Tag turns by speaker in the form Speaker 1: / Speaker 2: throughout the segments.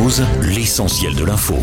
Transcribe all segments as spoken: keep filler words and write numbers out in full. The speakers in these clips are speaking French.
Speaker 1: News, l'essentiel de l'info.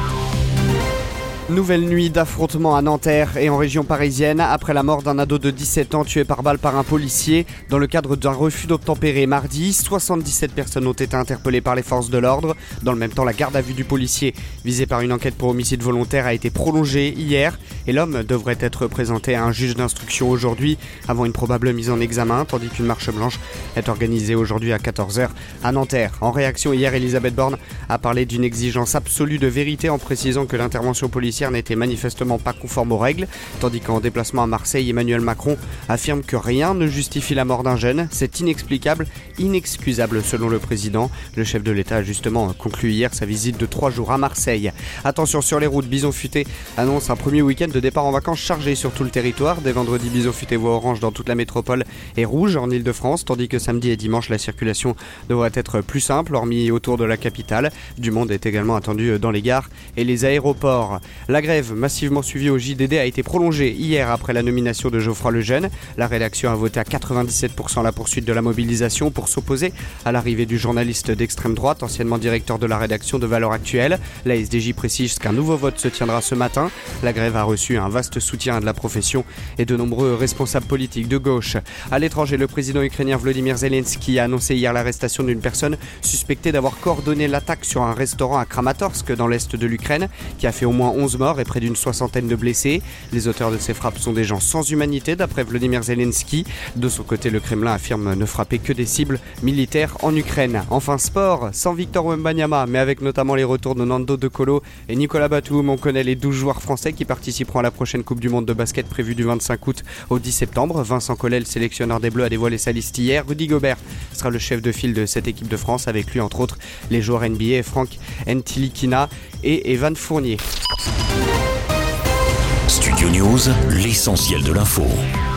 Speaker 2: Nouvelle nuit d'affrontement à Nanterre et en région parisienne après la mort d'un ado de dix-sept ans tué par balle par un policier dans le cadre d'un refus d'obtempérer mardi. soixante-dix-sept personnes ont été interpellées par les forces de l'ordre. Dans le même temps, la garde à vue du policier visé par une enquête pour homicide volontaire a été prolongée hier et l'homme devrait être présenté à un juge d'instruction aujourd'hui avant une probable mise en examen, tandis qu'une marche blanche est organisée aujourd'hui à quatorze heures à Nanterre. En réaction, hier, Elisabeth Borne a parlé d'une exigence absolue de vérité en précisant que l'intervention policière n'était manifestement pas conforme aux règles, tandis qu'en déplacement à Marseille, Emmanuel Macron affirme que rien ne justifie la mort d'un jeune. C'est inexplicable, inexcusable selon le président. Le chef de l'État a justement conclu hier sa visite de trois jours à Marseille. Attention sur les routes, Bison Futé annonce un premier week-end de départ en vacances chargé sur tout le territoire. Dès vendredi, Bison Futé voit orange dans toute la métropole et rouge en Ile-de-France, tandis que samedi et dimanche, la circulation devrait être plus simple, hormis autour de la capitale. Du monde est également attendu dans les gares et les aéroports. La grève, massivement suivie au J D D, a été prolongée hier après la nomination de Geoffroy Lejeune. La rédaction a voté à quatre-vingt-dix-sept pour cent la poursuite de la mobilisation pour s'opposer à l'arrivée du journaliste d'extrême droite, anciennement directeur de la rédaction de Valeurs Actuelles. La S D J précise qu'un nouveau vote se tiendra ce matin. La grève a reçu un vaste soutien de la profession et de nombreux responsables politiques de gauche. À l'étranger, le président ukrainien Volodymyr Zelensky a annoncé hier l'arrestation d'une personne suspectée d'avoir coordonné l'attaque sur un restaurant à Kramatorsk dans l'est de l'Ukraine, qui a fait au moins onze morts et près d'une soixantaine de blessés. Les auteurs de ces frappes sont des gens sans humanité d'après Volodymyr Zelensky. De son côté, le Kremlin affirme ne frapper que des cibles militaires en Ukraine. Enfin sport, sans Victor Wembanyama, mais avec notamment les retours de Nando De Colo et Nicolas Batum, on connaît les douze joueurs français qui participeront à la prochaine Coupe du Monde de basket prévue du vingt-cinq août au dix septembre. Vincent Collet, le sélectionneur des Bleus, a dévoilé sa liste hier. Rudy Gobert sera le chef de file de cette équipe de France, avec lui entre autres les joueurs N B A Franck Ntilikina et Evan Fournier.
Speaker 1: Studio News, l'essentiel de l'info.